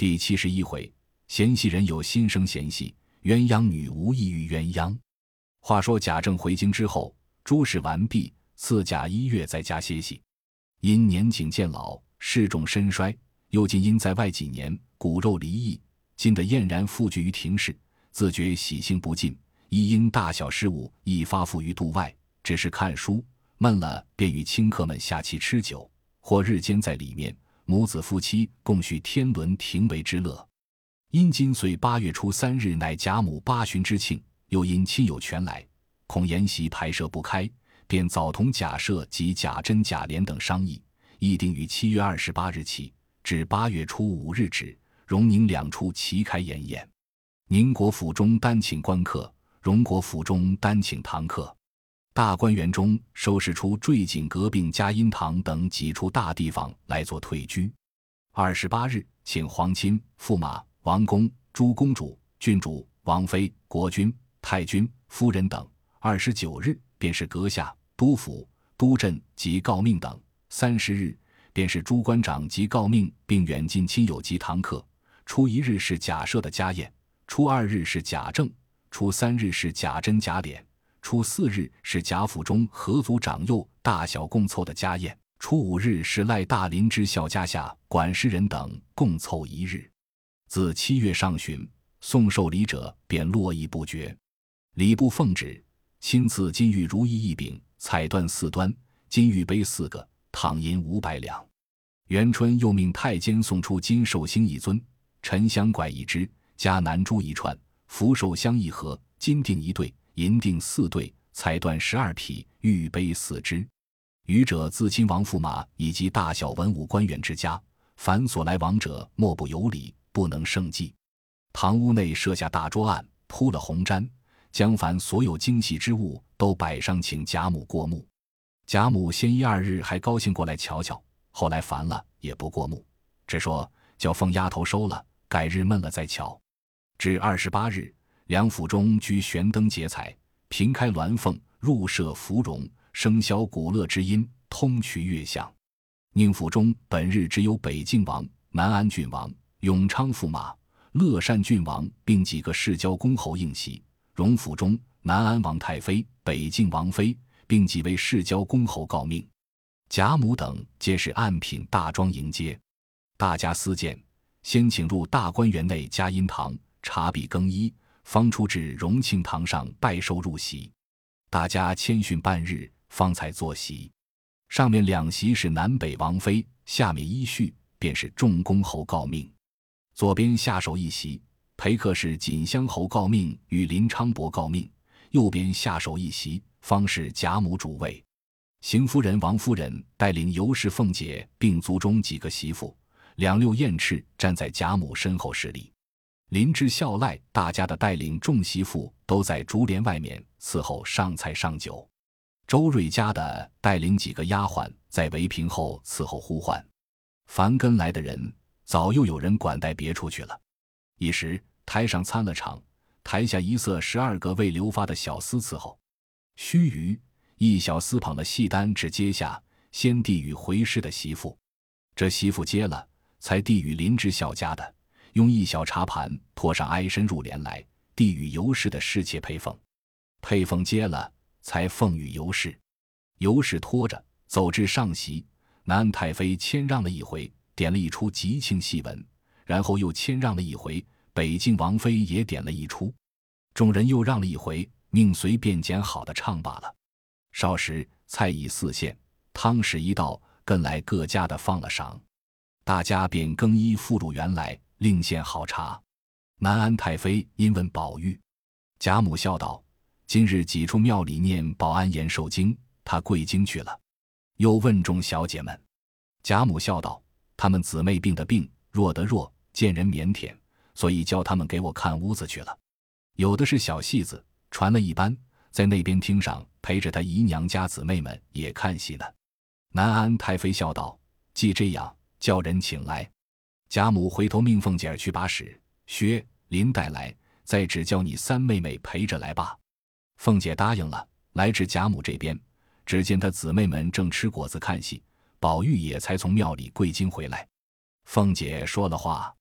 第71回，贤媳人有心生嫌隙，鸳鸯女无意遇鸳鸯。话说贾政回京之后，诸事完毕，赐贾1月在家歇息。因年景渐老，事重身衰，又今因在外几年，骨肉离异，今得俨然复居于庭试，自觉喜性不尽，亦因大小事务亦发付于度外，只是看书闷了，便与亲客们下棋吃酒，或日间在里面，母子夫妻共叙天伦庭闱之乐。因今岁8月初3日乃贾母8旬之庆，又因亲友全来，恐筵席排设不开，便早同贾赦及贾珍、贾琏等商议，议定于7月28日起，至8月初5日止，荣宁2处齐开筵宴。宁国府中单请官客，荣国府中单请堂客。大观园中收拾出坠锦阁并嘉荫堂等几处大地方来做退居。28日请皇亲、驸马、王公、诸公主、郡主、王妃、国君、太君、夫人等。29日便是阁下、督府、督镇及诰命等。30日便是诸官长及诰命并远近亲友及堂客。初1日是贾赦的家宴，初2日是贾政，初3日是贾珍、贾琏，初4日是贾府中合族长幼大小共凑的家宴，初5日是赖大林之孝家下管事人等共凑1日。自7月上旬，送寿礼者便络绎不绝。礼部奉旨，亲赐金玉如意1柄，彩缎4端，金玉杯4个，躺银500两。元春又命太监送出金寿星1尊，沉香拐1只，嘉南珠1串，福寿香1盒，金锭1对，银锭4对，彩缎12匹，玉杯4只。余者自亲王驸马以及大小文武官员之家，凡所来往者莫不有礼，不能胜计。堂屋内设下大桌案，铺了红毡，将凡所有精细之物都摆上，请贾母过目。贾母先1、2日还高兴过来瞧瞧，后来烦了也不过目，只说叫凤丫头收了，改日闷了再瞧。至28日，梁府中居悬灯结彩，频开鸾凤，入舍芙蓉，笙箫鼓乐之音，通衢乐响。宁府中本日只有北静王、南安郡王、永昌驸马、乐善郡王并几个世交公侯应席。荣府中南安王太妃、北静王妃并几位世交公侯诰命。贾母等皆是按品大庄迎接。大家私见，先请入大观园内嘉荫堂茶笔更衣，方出至荣庆堂上拜寿入席。大家谦逊半日，方才坐席。上面2席是南北王妃，下面依序便是众公侯诰命。左边下手1席，陪客是锦香侯诰命与林昌伯诰命，右边下手1席，方是贾母主位。邢夫人、王夫人带领尤氏、凤姐并族中几个媳妇，2、6燕翅站在贾母身后施礼。林之孝赖大家的带领众媳妇都在竹帘外面伺候上菜上酒。周瑞家的带领几个丫鬟在围屏后伺候呼唤。凡跟来的人早又有人管带别处去了。一时台上参了场，台下一色12个未留发的小厮伺候。须臾，一小厮捧了戏单至阶下，先递与回师的媳妇。这媳妇接了，才递与林之孝家的，用一小茶盘托上挨身入帘来，递与尤氏的侍妾佩凤。佩凤接了，才奉与尤氏。尤氏拖着走至上席，南安太妃谦让了一回，点了一出吉庆戏文，然后又谦让了一回，北静王妃也点了一出。众人又让了一回，命随便拣好的唱罢了。稍时菜已4献，汤食一道，跟来各家的放了赏。大家便更衣复入园来，另献好茶。南安太妃因问宝玉，贾母笑道：今日几处庙里念保安延寿经，他跪经去了。又问众小姐们，贾母笑道：他们姊妹病的病，弱的弱，见人腼腆，所以叫他们给我看屋子去了。有的是小戏子，传了一班，在那边厅上陪着他姨娘家姊妹们也看戏呢。南安太妃笑道：既这样，叫人请来。贾母回头命凤姐儿去把史、薛、林带来，再只叫你3妹妹陪着来罢。凤姐答应了，来至贾母这边，只见她姊妹们正吃果子看戏，宝玉也才从庙里跪经回来。凤姐说了话，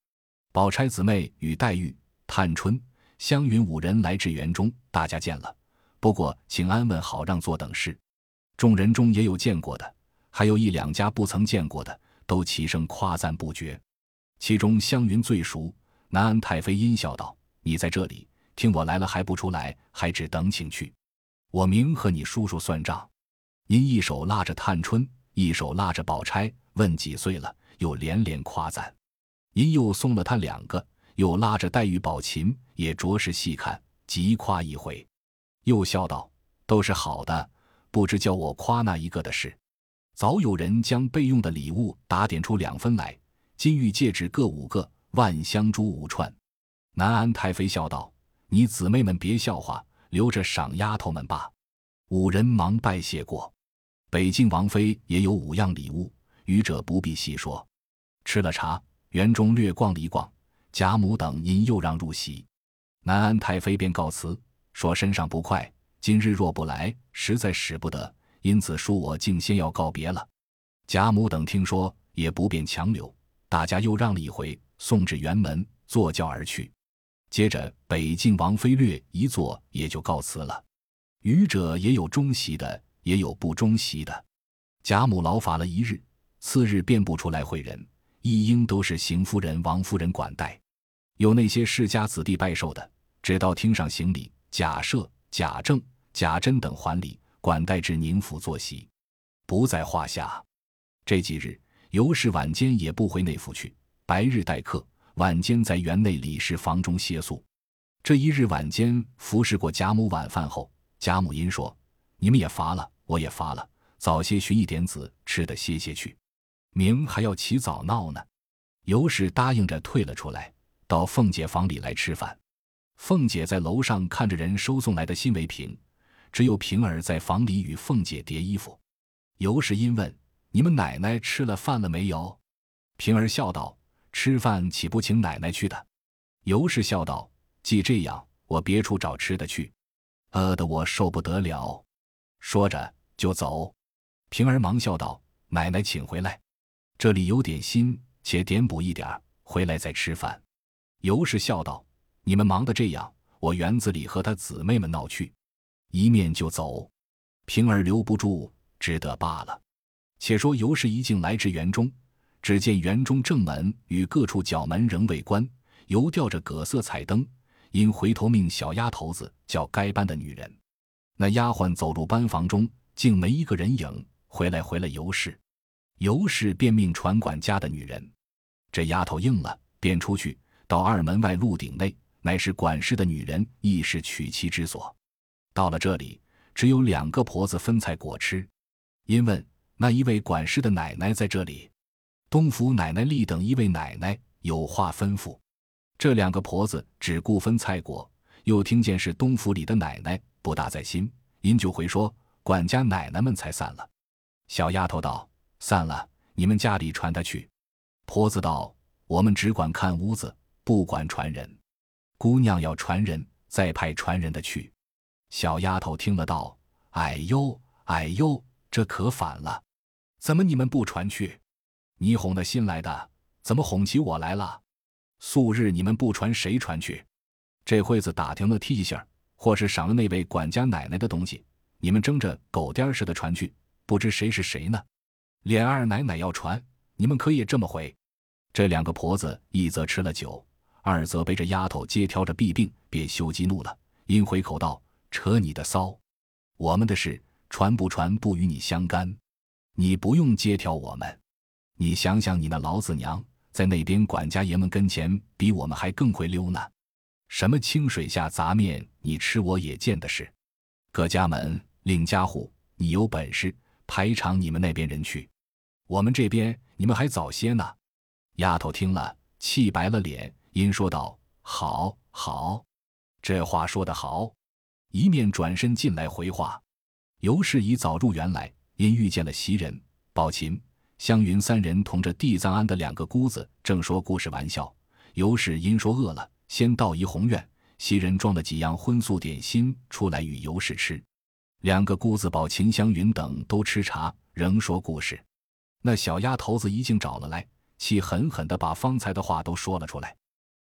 宝钗姊妹与黛玉、探春、湘云5人来至园中，大家见了，不过请安问好让座等事。众人中也有见过的，还有1、2家不曾见过的，都齐声夸赞不绝。其中湘云最熟，南安太妃阴笑道：“你在这里，听我来了还不出来，还只等请去。我明和你叔叔算账。”因一手拉着探春，一手拉着宝钗，问几岁了，又连连夸赞。因又送了他2个，又拉着黛玉、宝琴，也着实细看，极夸一回。又笑道：“都是好的，不知叫我夸那一个的事。”早有人将备用的礼物打点出2分来，金玉戒指各5个，万香珠5串。南安太妃笑道：“你姊妹们别笑话，留着赏丫头们吧。”5人忙拜谢过。北静王妃也有5样礼物，余者不必细说。吃了茶，园中略逛了一逛，贾母等因又让入席。南安太妃便告辞，说身上不快，今日若不来，实在使不得，因此恕我竟先要告别了。贾母等听说，也不便强留，大家又让了一回，送至园门，坐轿而去。接着北静王妃略一坐，也就告辞了。余者也有中席的，也有不中席的。贾母劳乏了一日，次日便不出来会人，一应都是邢夫人、王夫人管待。有那些世家子弟拜寿的，只到厅上行礼，贾赦、贾政、贾珍等还礼，管待至宁府坐席，不在话下。这几日尤氏晚间也不回内府去，白日待客，晚间在园内李氏房中歇宿。这一日晚间服侍过贾母晚饭后，贾母因说：“你们也乏了，我也乏了，早些寻一点子吃的歇歇去，明还要起早闹呢。”尤氏答应着退了出来，到凤姐房里来吃饭。凤姐在楼上看着人收送来的新围屏，只有平儿在房里与凤姐叠衣服。尤氏因问：“你们奶奶吃了饭了没有？”平儿笑道：“吃饭岂不请奶奶去的？”尤氏笑道：“既这样，我别处找吃的去，饿得我受不得了。”说着就走。平儿忙笑道：“奶奶请回来，这里有点心，且点补一点，回来再吃饭。”尤氏笑道：“你们忙得这样，我园子里和他姊妹们闹去。”一面就走。平儿留不住，只得罢了。且说尤氏一进来至园中，只见园中正门与各处角门仍未关，犹吊着葛色彩灯，因回头命小丫头子叫该班的女人。那丫鬟走入班房中，竟没一个人影，回了尤氏。尤氏便命传管家的女人，这丫头应了，便出去到2门外鹿顶内，乃是管事的女人亦是娶妻之所。到了这里，只有2个婆子分菜果吃。因问那一位管事的奶奶在这里，东府奶奶立等一位奶奶有话吩咐。这2个婆子只顾分菜果，又听见是东府里的奶奶，不大在心，因就回说管家奶奶们才散了。小丫头道：“散了，你们家里传她去。”婆子道：“我们只管看屋子，不管传人。姑娘要传人，再派传人的去。”小丫头听了道：“哎呦，哎呦，这可反了！怎么你们不传去？你哄得新来的，怎么哄起我来了？素日你们不传，谁传去？这会子打听了替下，或是赏了那位管家奶奶的东西，你们争着狗颠似的传去，不知谁是谁呢？琏二奶奶要传，你们可以这么回。”这2个婆子一则吃了酒，二则被这丫头接挑着弊病，便羞激怒了，因回口道：“扯你的骚！我们的事传不传不与你相干，你不用接挑我们。你想想你那老子娘在那边管家爷们跟前比我们还更会溜呢。什么清水下杂面，你吃我也见的事。各家门另家户，你有本事排场你们那边人去，我们这边你们还早些呢。”丫头听了，气白了脸，因说道：“好，好，这话说得好。”一面转身进来回话。尤氏已早入园来，因遇见了袭人、宝琴、湘云3人同着地藏庵的2个姑子，正说故事玩笑。尤氏因说饿了，先到怡红院，袭人装了几样荤素点心出来与尤氏吃。2个姑子宝琴、湘云等都吃茶，仍说故事。那小丫头子一径找了来，气狠狠地把方才的话都说了出来。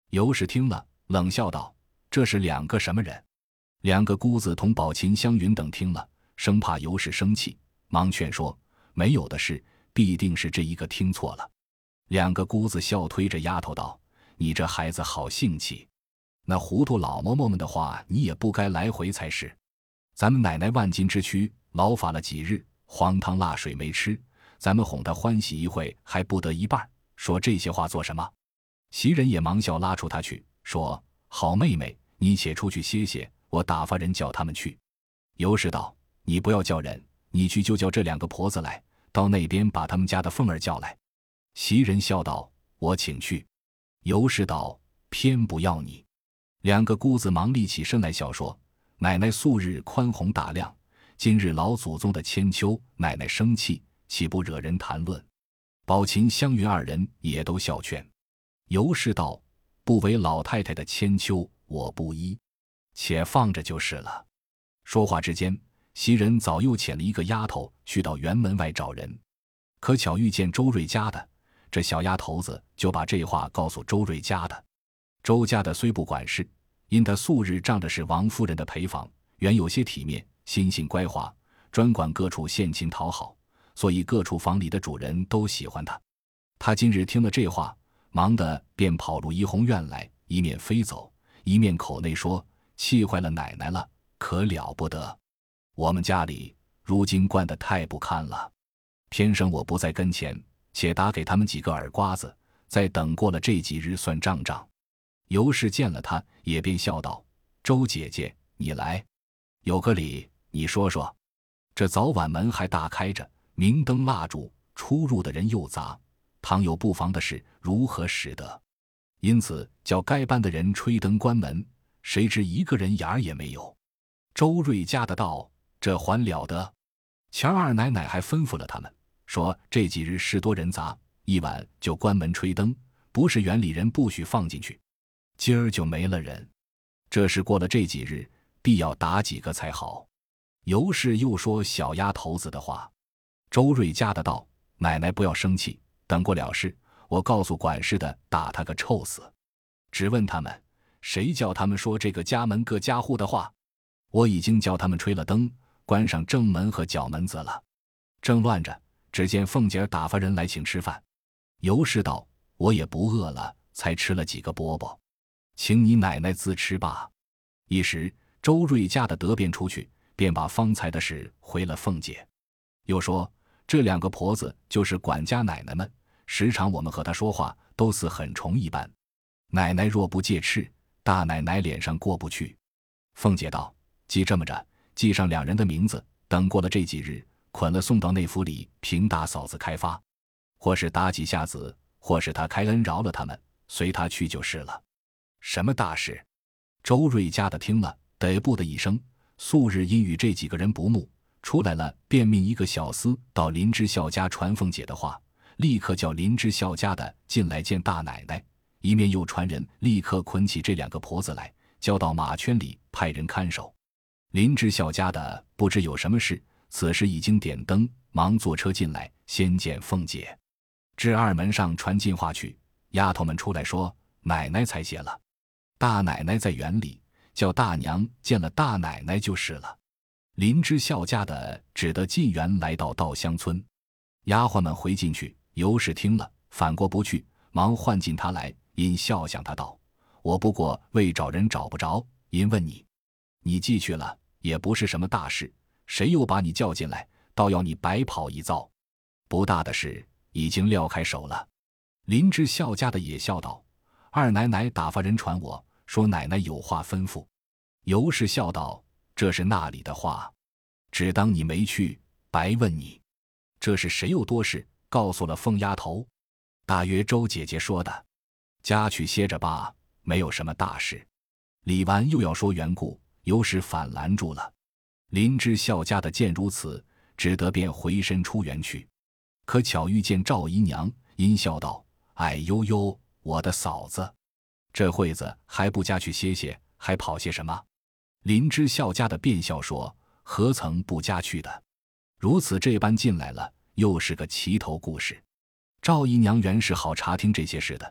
尤氏听了，冷笑道：“这是两个什么人？”两个姑子同宝琴、湘云等听了，生怕尤氏生气，忙劝说：“没有的事，必定是这一个听错了。”两个姑子笑推着丫头道：“你这孩子好性气，那糊涂老嬷嬷们的话你也不该来回才是。咱们奶奶万金之躯，劳法了几日，黄汤辣水没吃，咱们哄她欢喜一会还不得一半，说这些话做什么？”袭人也忙笑拉出她去，说：“好妹妹，你且出去歇歇，我打发人叫他们去。”尤氏道：“你不要叫人，你去就叫这两个婆子来，到那边把他们家的凤儿叫来。”袭人笑道：“我请去。”尤氏道：“偏不要你。”两个姑子忙立起身来笑说：“奶奶素日宽宏大量，今日老祖宗的千秋，奶奶生气，岂不惹人谈论？”宝琴、湘云二人也都笑劝。尤氏道：“不为老太太的千秋，我不依，且放着就是了。”说话之间，袭人早又遣了一个丫头去到园门外找人，可巧遇见周瑞家的，这小丫头子就把这话告诉周瑞家的。周家的虽不管事，因他素日仗着是王夫人的陪房，原有些体面，心性乖滑，专管各处献亲讨好，所以各处房里的主人都喜欢他。他今日听了这话，忙得便跑入怡红院来，一面飞走，一面口内说：“气坏了奶奶了，可了不得！我们家里如今惯得太不堪了，偏生我不在跟前，且打给他们几个耳瓜子，再等过了这几日算账账。”尤氏见了他，也便笑道：“周姐姐，你来，有个理，你说说。这早晚门还大开着，明灯蜡烛，出入的人又杂，倘有不防的事，如何使得？因此叫该班的人吹灯关门，谁知一个人眼儿也没有。”周瑞家的道：“这还了得！前二奶奶还吩咐了他们，说这几日事多人杂，一晚就关门吹灯，不是园里人不许放进去。今儿就没了人，这事过了这几日，必要打几个才好。”尤氏又说小丫头子的话。周瑞家的道：“奶奶不要生气，等过了事，我告诉管事的打他个臭死。只问他们，谁叫他们说这个家门各家户的话？我已经叫他们吹了灯，关上正门和角门子了。”正乱着，只见凤姐打发人来请吃饭。尤氏道：“我也不饿了，才吃了几个饽饽，请你奶奶自吃吧。”一时周瑞家的得便出去，便把方才的事回了凤姐。又说这两个婆子就是管家奶奶们，时常我们和她说话都似很虫一般，奶奶若不戒斥，大奶奶脸上过不去。凤姐道：“既这么着，记上两人的名字，等过了这几日，捆了送到内府里凭大嫂子开发，或是打几下子，或是他开恩饶了他们，随他去就是了。什么大事？”周瑞家的听了，得不得一声，素日因与这几个人不睦，出来了便命一个小厮到林之孝家传凤姐的话，立刻叫林之孝家的进来见大奶奶，一面又传人立刻捆起这两个婆子来，交到马圈里派人看守。林之孝家的不知有什么事，此时已经点灯，忙坐车进来，先见凤姐。至二门上传进话去，丫头们出来说奶奶才歇了，大奶奶在园里，叫大娘见了大奶奶就是了。林之孝家的只得进园来到稻香村，丫鬟们回进去，尤氏听了反过不去，忙唤进他来，因笑向他道：“我不过为找人找不着，因问你，你既去了，也不是什么大事，谁又把你叫进来，倒要你白跑一遭？不大的事，已经撂开手了。”林之孝家的也笑道：“二奶奶打发人传我说奶奶有话吩咐。”尤氏笑道：“这是那里的话，只当你没去，白问你。这是谁又多事，告诉了凤丫头？大约周姐姐说的，家去歇着吧，没有什么大事。”李纨又要说缘故，尤氏反拦住了。林之孝家的见如此，只得便回身出园去。可巧遇见赵姨娘，因笑道：“哎呦呦，我的嫂子，这会子还不家去歇歇，还跑些什么？”林之孝家的便笑说：“何曾不家去的？如此这般进来了，又是个齐头故事。”赵姨娘原是好查听这些事的，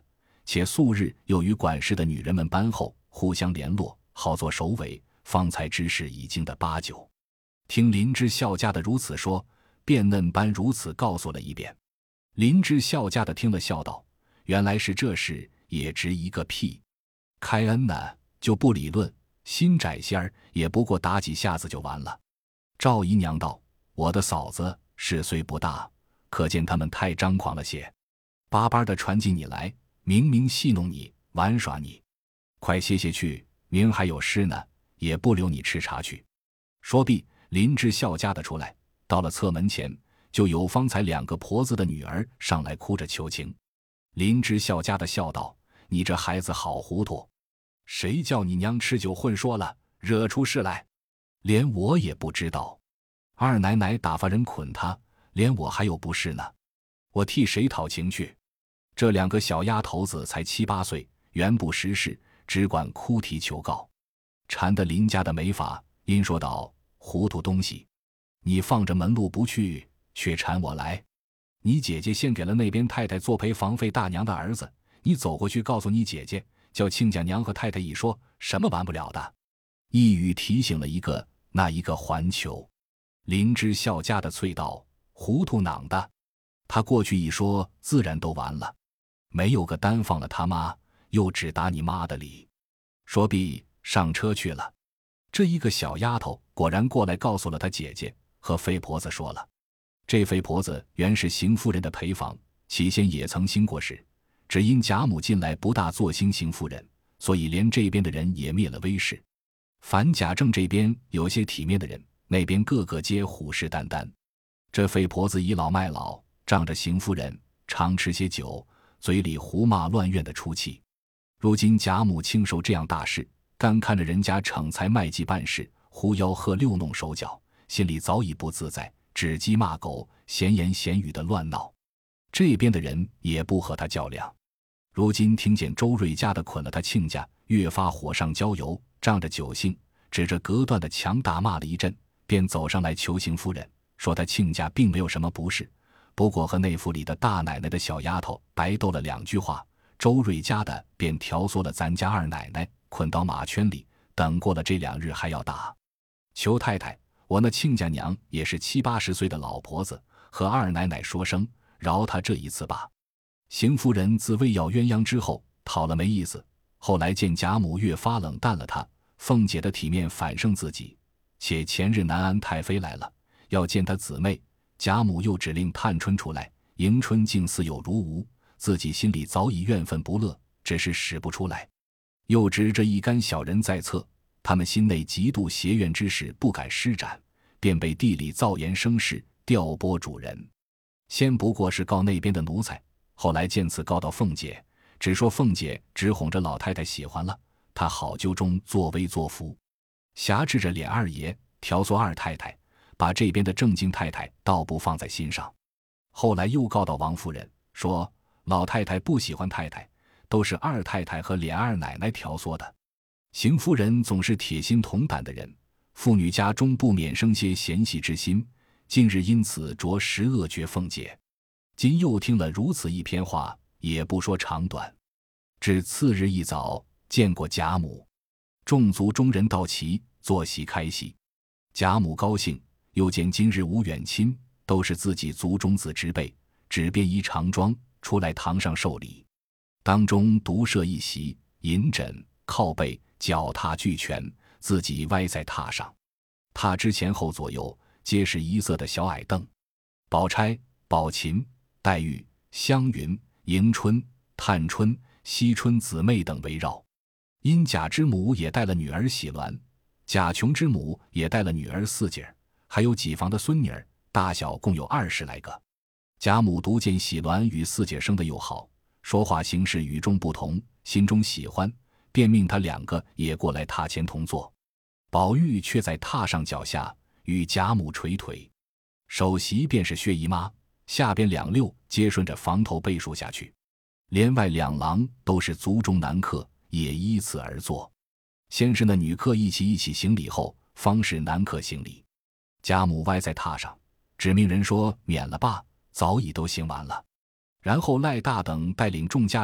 且素日又与管事的女人们班后互相联络，好作首尾，方才知事已经的八九。听林之孝家的如此说，便嫩般如此告诉了一遍。林之孝家的听了，笑道：“原来是这事，也值一个屁。开恩呢，就不理论，心窄些儿，也不过打几下子就完了。”赵姨娘道：“我的嫂子事虽不大，可见他们太张狂了些，巴巴的传进你来，明明戏弄你，玩耍你。快歇歇去，明儿还有事呢，也不留你吃茶去。”说毕，林之孝家的出来，到了侧门前，就有方才2个婆子的女儿上来哭着求情。林之孝家的笑道：“你这孩子好糊涂，谁叫你娘吃酒混说了，惹出事来？连我也不知道。二奶奶打发人捆他，连我还有不是呢，我替谁讨情去？”这2个小丫头子才7、8岁，原不识事，只管哭啼求告，缠得林家的没法，因说道：“糊涂东西，你放着门路不去，却缠我来。你姐姐先给了那边太太作陪房费大娘的儿子，你走过去告诉你姐姐，叫亲家娘和太太一说，什么完不了的。”一语提醒了一个，那一个还求。林之孝家的啐道：“糊涂囊的！他过去一说，自然都完了，没有个单放了他妈，又只打你妈的理。”说毕，上车去了。这一个小丫头果然过来告诉了她姐姐，和肥婆子说了。这肥婆子原是邢夫人的陪房，起先也曾兴过事，只因贾母近来不大做兴邢夫人，所以连这边的人也灭了威势。凡贾政这边有些体面的人，那边个个皆虎视眈眈。这肥婆子倚老卖老，仗着邢夫人常吃些酒，嘴里胡骂乱怨的出气。如今贾母亲受这样大事，干看着人家逞才卖技办事，胡吆喝溜弄手脚，心里早已不自在，指鸡骂狗，闲言闲语的乱闹。这边的人也不和他较量。如今听见周瑞家的捆了他亲家，越发火上浇油，仗着酒兴，指着隔断的墙大骂了一阵，便走上来求邢夫人，说他亲家并没有什么不是，不过和内府里的大奶奶的小丫头白斗了2句话，周瑞家的便调唆了咱家二奶奶，捆到马圈里，等过了这2日还要打。求太太，我那亲家娘也是7、80岁的老婆子，和二奶奶说声，饶他这一次吧。邢夫人自喂药鸳鸯之后，讨了没意思，后来见贾母越发冷淡了她，凤姐的体面反胜自己，且前日南安太妃来了，要见她姊妹，贾母又指令探春出来，迎春竟似有如无，自己心里早已怨愤不乐，只是使不出来。又知这一干小人在侧，他们心内极度邪怨之事不敢施展，便被地里造言生事，调拨主人。先不过是告那边的奴才，后来见此告到凤姐，只说凤姐只哄着老太太喜欢了，她好纠中作威作福，挟制着琏二爷，调唆二太太，把这边的正经太太倒不放在心上。后来又告到王夫人，说老太太不喜欢太太，都是二太太和琏二奶奶调唆的。邢夫人总是铁心铜胆的人，妇女家中不免生些嫌隙之心，近日因此着实恶绝凤姐。今又听了如此一篇话，也不说长短。至次日一早，见过贾母，众族中人到齐，坐席开席。贾母高兴，又见今日无远亲，都是自己族中子侄辈，只便衣长装出来堂上受礼。当中独设一席，银枕、靠背、脚踏俱全，自己歪在榻上。榻之前后左右皆是一色的小矮凳。宝钗、宝琴、黛玉、湘云、迎春、探春、惜春姊妹等围绕。因贾之母也带了女儿喜鸾，贾琼之母也带了女儿4姐，还有几房的孙女儿，大小共有20来个。贾母独见喜鸾与4姐生的又好，说话行事与众不同，心中喜欢，便命他2个也过来榻前同坐。宝玉却在榻上脚下与贾母捶腿，首席便是薛姨妈，下边2溜皆顺着房头背数下去，连外2郎都是族中男客，也依次而坐。先是那女客一起行礼后，方是男客行礼。贾母歪在榻上，指命人说免了吧，早已都行完了。然后赖大等带领众家人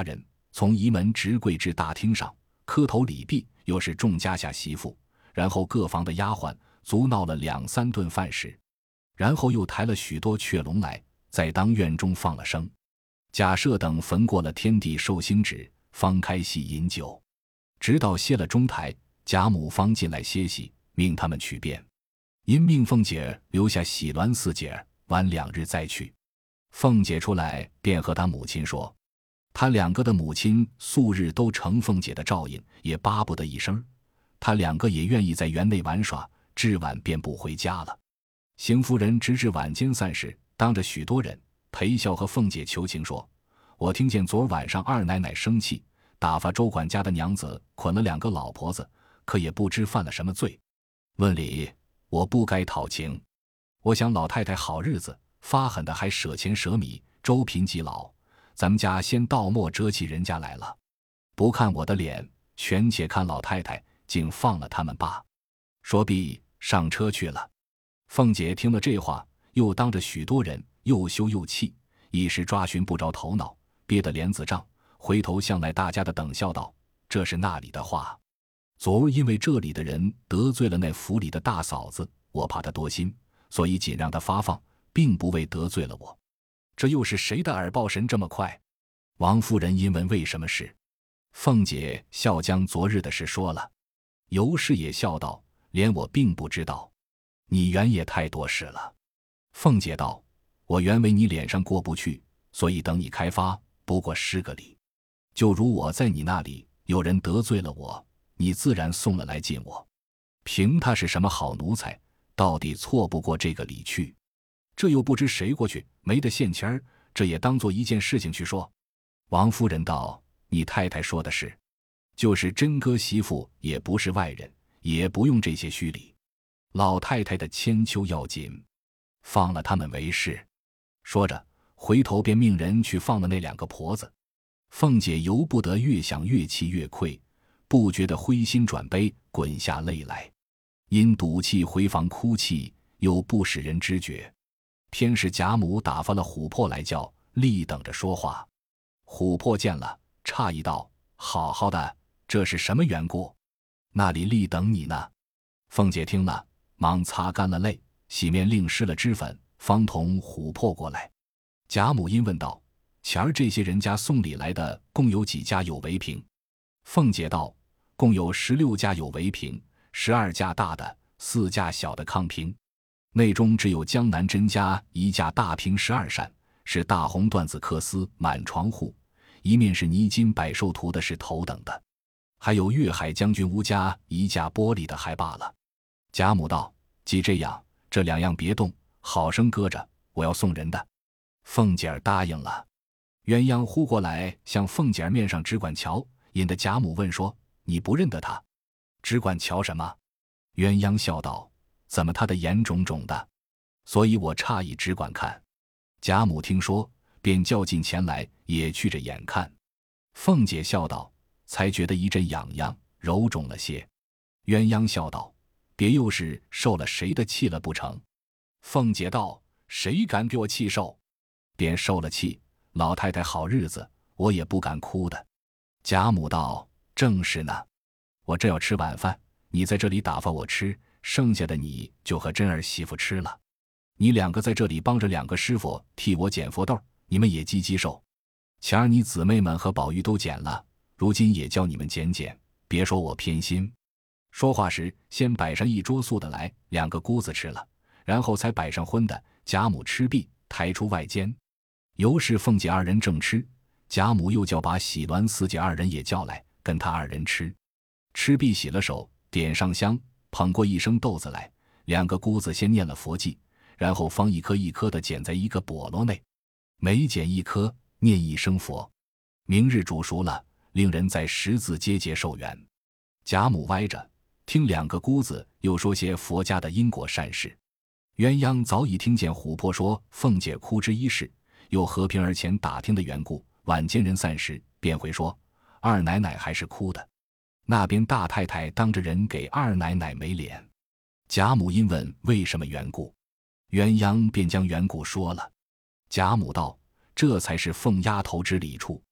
从仪门直跪至大厅上，磕头礼毕，又是众家下媳妇，然后各房的丫鬟足闹了2-3顿饭食，然后又抬了许多雀笼来，在当院中放了生。贾赦等焚过了天地寿星纸，方开席饮酒，直到歇了中台，贾母方进来歇息，命他们去便。因命凤姐留下喜鸾4姐，晚2日再去。凤姐出来便和她母亲说，她2个的母亲素日都承凤姐的照应，也巴不得一声，她2个也愿意在园内玩耍，至晚便不回家了。邢夫人直至晚间散时，当着许多人，陪笑和凤姐求情说，我听见昨晚上二奶奶生气，打发周管家的娘子捆了2个老婆子，可也不知犯了什么罪。问理，我不该讨情。我想老太太好日子，发狠的还舍钱舍米，周贫济老，咱们家先倒磨折起人家来了。不看我的脸，全且看老太太，竟放了他们罢。说毕，上车去了。凤姐听了这话，又当着许多人，又羞又气，一时抓寻不着头脑，憋得脸子胀，回头向来大家的等笑道，这是那里的话。昨日因为这里的人得罪了那府里的大嫂子，我怕她多心，所以仅让她发放，并不为得罪了我。这又是谁的耳报神这么快？王夫人因问为什么事，凤姐笑将昨日的事说了。尤氏也笑道，连我并不知道，你原也太多事了。凤姐道，我原为你脸上过不去，所以等你开发，不过施个礼。就如我在你那里，有人得罪了我，你自然送了来进我，凭他是什么好奴才，到底错不过这个礼去。这又不知谁过去，没得现钱儿，这也当做一件事情去说。王夫人道，你太太说的是，就是真哥媳妇也不是外人，也不用这些虚礼。老太太的千秋要紧，放了他们为是。说着，回头便命人去放了那2个婆子。凤姐由不得越想越气越愧，不觉得灰心转悲，滚下泪来，因赌气回房哭泣，又不使人知觉。偏是贾母打发了琥珀来叫，立等着说话。琥珀见了，诧异道，好好的，这是什么缘故？那里立等你呢？凤姐听了，忙擦干了泪，洗面另施了脂粉，方同琥珀过来。贾母因问道，前儿这些人家送礼来的共有几家有为凭？凤姐道，共有16家有为凭，12家大的，4家小的炕凭。内中只有江南甄家1架大凭12扇，是大红缎子缂丝满床户，一面是泥金百寿图的，是头等的。还有粤海将军吴家1架玻璃的还罢了。贾母道，既这样，这2样别动，好生搁着，我要送人的。凤姐儿答应了。鸳鸯呼过来，向凤姐儿面上只管瞧，引得贾母问说，你不认得他？只管瞧什么？鸳鸯笑道，怎么他的眼肿肿的？所以我诧异只管看。贾母听说，便叫进前来，也去着眼看。凤姐笑道，才觉得一阵痒痒，揉肿了些。鸳鸯笑道，别又是受了谁的气了不成？凤姐道，谁敢给我气受？便受了气，老太太好日子，我也不敢哭的。贾母道，正是呢，我正要吃晚饭，你在这里打发我吃，剩下的你就和真儿媳妇吃了。你2个在这里帮着2个师傅替我捡佛豆，你们也积积受。前儿你姊妹们和宝玉都捡了，如今也叫你们捡捡，别说我偏心。说话时，先摆上一桌素的来，2个姑子吃了，然后才摆上荤的。贾母吃毕，抬出外间。尤氏、凤姐2人正吃，贾母又叫把喜鸾4姐2人也叫来，跟他2人吃。吃毕洗了手，点上香，捧过一升豆子来，2个姑子先念了佛偈，然后方一颗一颗的捡在一个笸箩内，每捡一颗，念1声佛。明日煮熟了，令人在10字阶节受缘。贾母歪着听2个姑子又说些佛家的因果善事。鸳鸯早已听见琥珀说凤姐哭之一事，又和平儿前打听的缘故，晚间人散时，便回说二奶奶还是哭的。那边大太太当着人给二奶奶没脸。贾母因问为什么缘故，鸳鸯便将缘故说了。贾母道，这才是凤丫头之理处。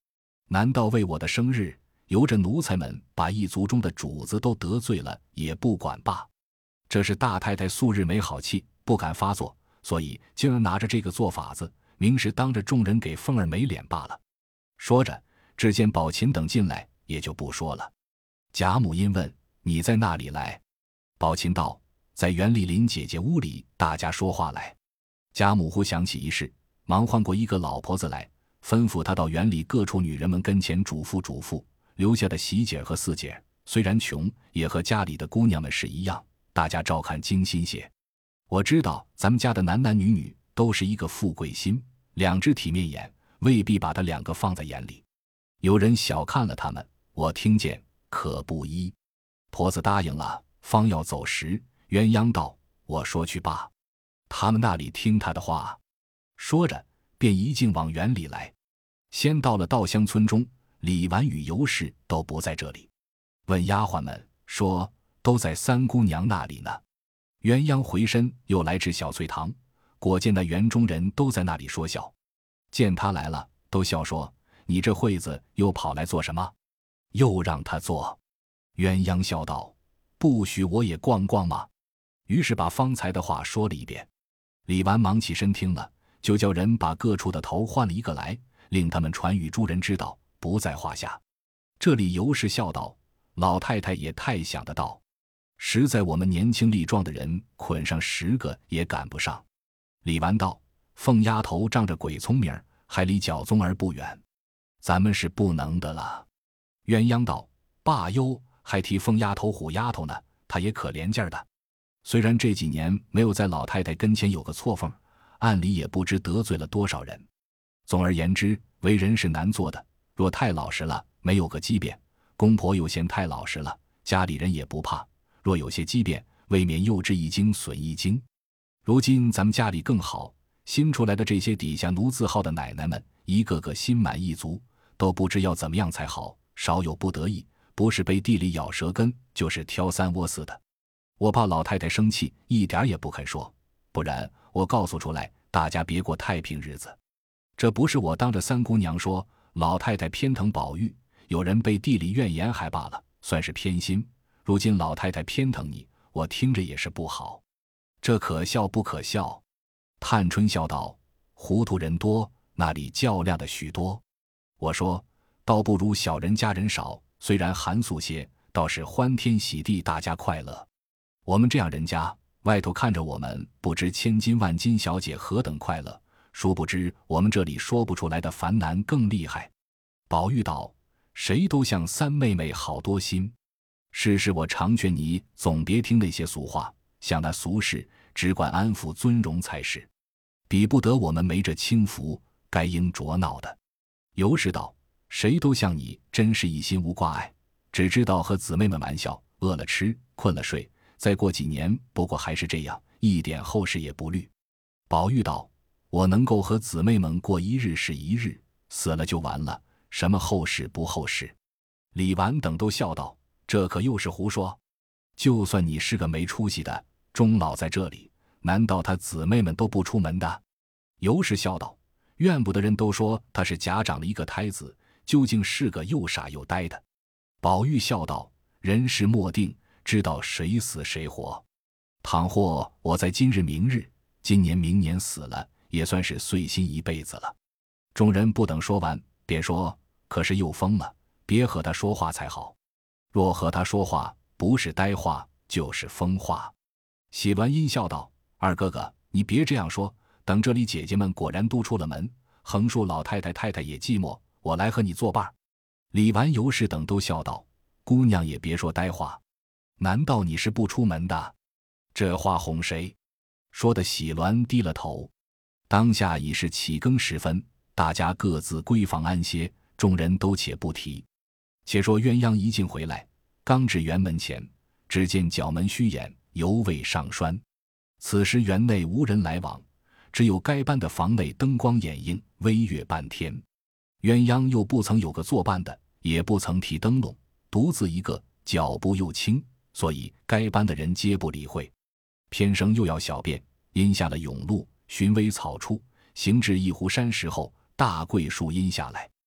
难道为我的生日，由着奴才们把一族中的主子都得罪了也不管罢？这是大太太素日没好气，不敢发作，所以竟然拿着这个做法子，明是当着众人给凤儿没脸罢了。说着，只见宝琴等进来，也就不说了。贾母因问：你在那里来？宝琴道：在袁丽琳姐姐屋里，大家说话来。贾母忽想起一事，忙唤过一个老婆子来，吩咐她到园里各处女人们跟前嘱咐嘱咐，留下的喜姐和四姐虽然穷，也和家里的姑娘们是一样，大家照看精心些。我知道咱们家的男男女女都是一个富贵心，两只体面眼，未必把他两个放在眼里。有人小看了他们，我听见可不依。婆子答应了，方要走时，鸳鸯道：我说去罢。他们那里听他的话。说着便一径往园里来。先到了稻香村中，李纨与尤氏都不在这里，问丫鬟们说都在三姑娘那里呢。鸳鸯回身又来至小翠堂，果见那园中人都在那里说笑。见他来了，都笑说：你这惠子又跑来做什么？又让他坐。鸳鸯笑道：不许我也逛逛吗？于是把方才的话说了一遍。李纨忙起身听了，就叫人把各处的头换了一个来，令他们传与诸人知道，不在话下。这里尤氏笑道：老太太也太想得到，实在我们年轻力壮的人捆上10个也赶不上。李纨道：凤丫头仗着鬼聪明，还离脚宗儿不远，咱们是不能的了。鸳鸯道：罢忧，还提凤丫头虎丫头呢，她也可怜劲儿的。虽然这几年没有在老太太跟前有个错缝，暗里也不知得罪了多少人。总而言之，为人是难做的，若太老实了，没有个机变，公婆又嫌太老实了，家里人也不怕；若有些机变，未免又知一惊损一惊。如今咱们家里更好，新出来的这些底下奴字号的奶奶们，一个个心满意足，都不知要怎么样才好，少有不得意，不是被地里咬舌根，就是挑三窝四的。我怕老太太生气，一点也不肯说，不然我告诉出来，大家别过太平日子。这不是我当着三姑娘说，老太太偏疼宝玉，有人被地里怨言还罢了，算是偏心。如今老太太偏疼你，我听着也是不好。这可笑不可笑？探春笑道：糊涂人多，那里较量的许多。我说倒不如小人家人少，虽然寒素些，倒是欢天喜地，大家快乐。我们这样人家，外头看着我们不知千金万金小姐何等快乐，殊不知我们这里说不出来的烦难更厉害。宝玉道：谁都像三妹妹好多心，是我常劝你总别听那些俗话，像那俗事只管安抚尊荣才是，比不得我们没这轻浮，该应着闹的。尤氏道：谁都像你，真是一心无挂碍，只知道和姊妹们玩笑，饿了吃，困了睡，再过几年不过还是这样，一点后事也不虑。宝玉道：我能够和姊妹们过一日是一日，死了就完了，什么后事不后事？李纨等都笑道：这可又是胡说，就算你是个没出息的，终老在这里，难道他姊妹们都不出门的？尤氏笑道：怨不得人都说他是假长了一个胎子，究竟是个又傻又呆的。宝玉笑道：人事莫定，知道谁死谁活。倘或我在今日明日，今年明年死了，也算是碎心一辈子了。众人不等说完，便说：可是又疯了，别和他说话才好。若和他说话，不是呆话，就是疯话。喜鸾阴笑道：二哥哥，你别这样说，等这里姐姐们果然都出了门，横竖老太太太太也寂寞，我来和你作伴。李纨、尤氏等都笑道：姑娘也别说呆话，难道你是不出门的？这话哄谁？说的喜鸾低了头。当下已是起更时分，大家各自归房安歇，众人都且不提。且说鸳鸯一进回来，刚至园门前，只见角门虚掩，犹未上栓。此时园内无人来往，只有该班的房内灯光掩映，微月半天。鸳鸯又不曾有个作伴的，也不曾提灯笼，独自一个，脚步又轻，所以该班的人皆不理会。偏生又要小便，因下了甬路，寻微草处，行至一湖山石后，大桂树荫下来。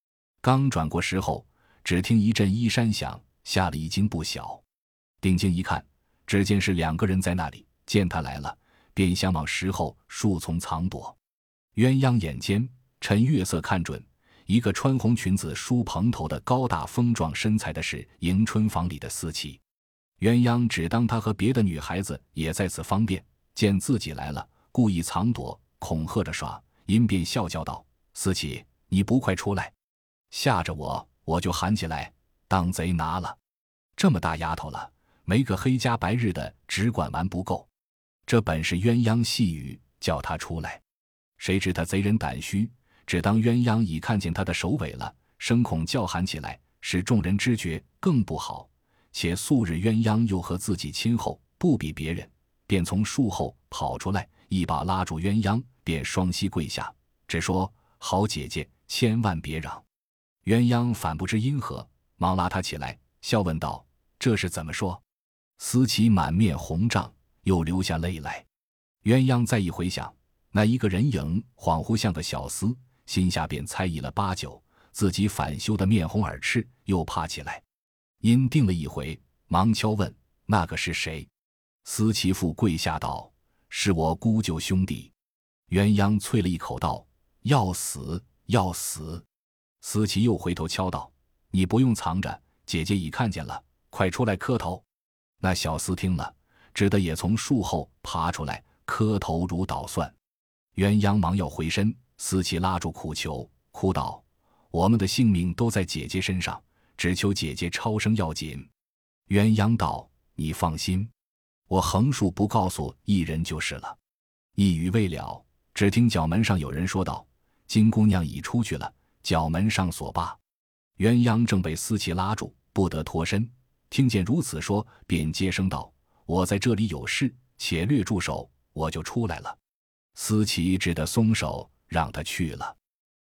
刚转过石后，只听一阵衣衫响，吓了一惊不小。定睛一看，只见是2个人在那里，见他来了，便想往石后树丛藏躲。鸳鸯眼尖，趁月色看准，一个穿红裙子梳蓬头的高大丰壮身材的是迎春房里的思琪。鸳鸯只当他和别的女孩子也在此方便，见自己来了，故意藏躲，恐吓着耍，因便笑叫道：思琪，你不快出来，吓着我，我就喊起来，当贼拿了。这么大丫头了，没个黑家白日的只管玩不够。这本是鸳鸯细语，叫他出来。谁知他贼人胆虚，只当鸳鸯已看见他的首尾了，生恐叫喊起来，使众人知觉，更不好。且素日鸳鸯又和自己亲厚，不比别人，便从树后跑出来，一把拉住鸳鸯，便双膝跪下，只说：好姐姐，千万别嚷。鸳鸯反不知因何，忙拉他起来，笑问道：这是怎么说？思琪满面红胀，又流下泪来。鸳鸯再一回想，那一个人影恍惚像个小厮，心下便猜疑了8、9，自己反羞得面红耳赤，又怕起来。因定了一回，忙敲问：那个是谁？思琪父跪下道：是我姑舅兄弟。鸳鸯啐了一口道：要死，要死。思琪又回头敲道：你不用藏着，姐姐已看见了，快出来磕头。那小厮听了，只得也从树后爬出来，磕头如捣蒜。鸳鸯忙要回身，思琪拉住苦求，哭道：我们的性命都在姐姐身上，只求姐姐超生要紧。鸳鸯道：你放心，我横竖不告诉一人就是了。一语未了，只听角门上有人说道：金姑娘已出去了，角门上锁罢。鸳鸯正被思琪拉住，不得脱身，听见如此说，便接声道：我在这里有事，且略住手，我就出来了。思琪只得松手，让他去了。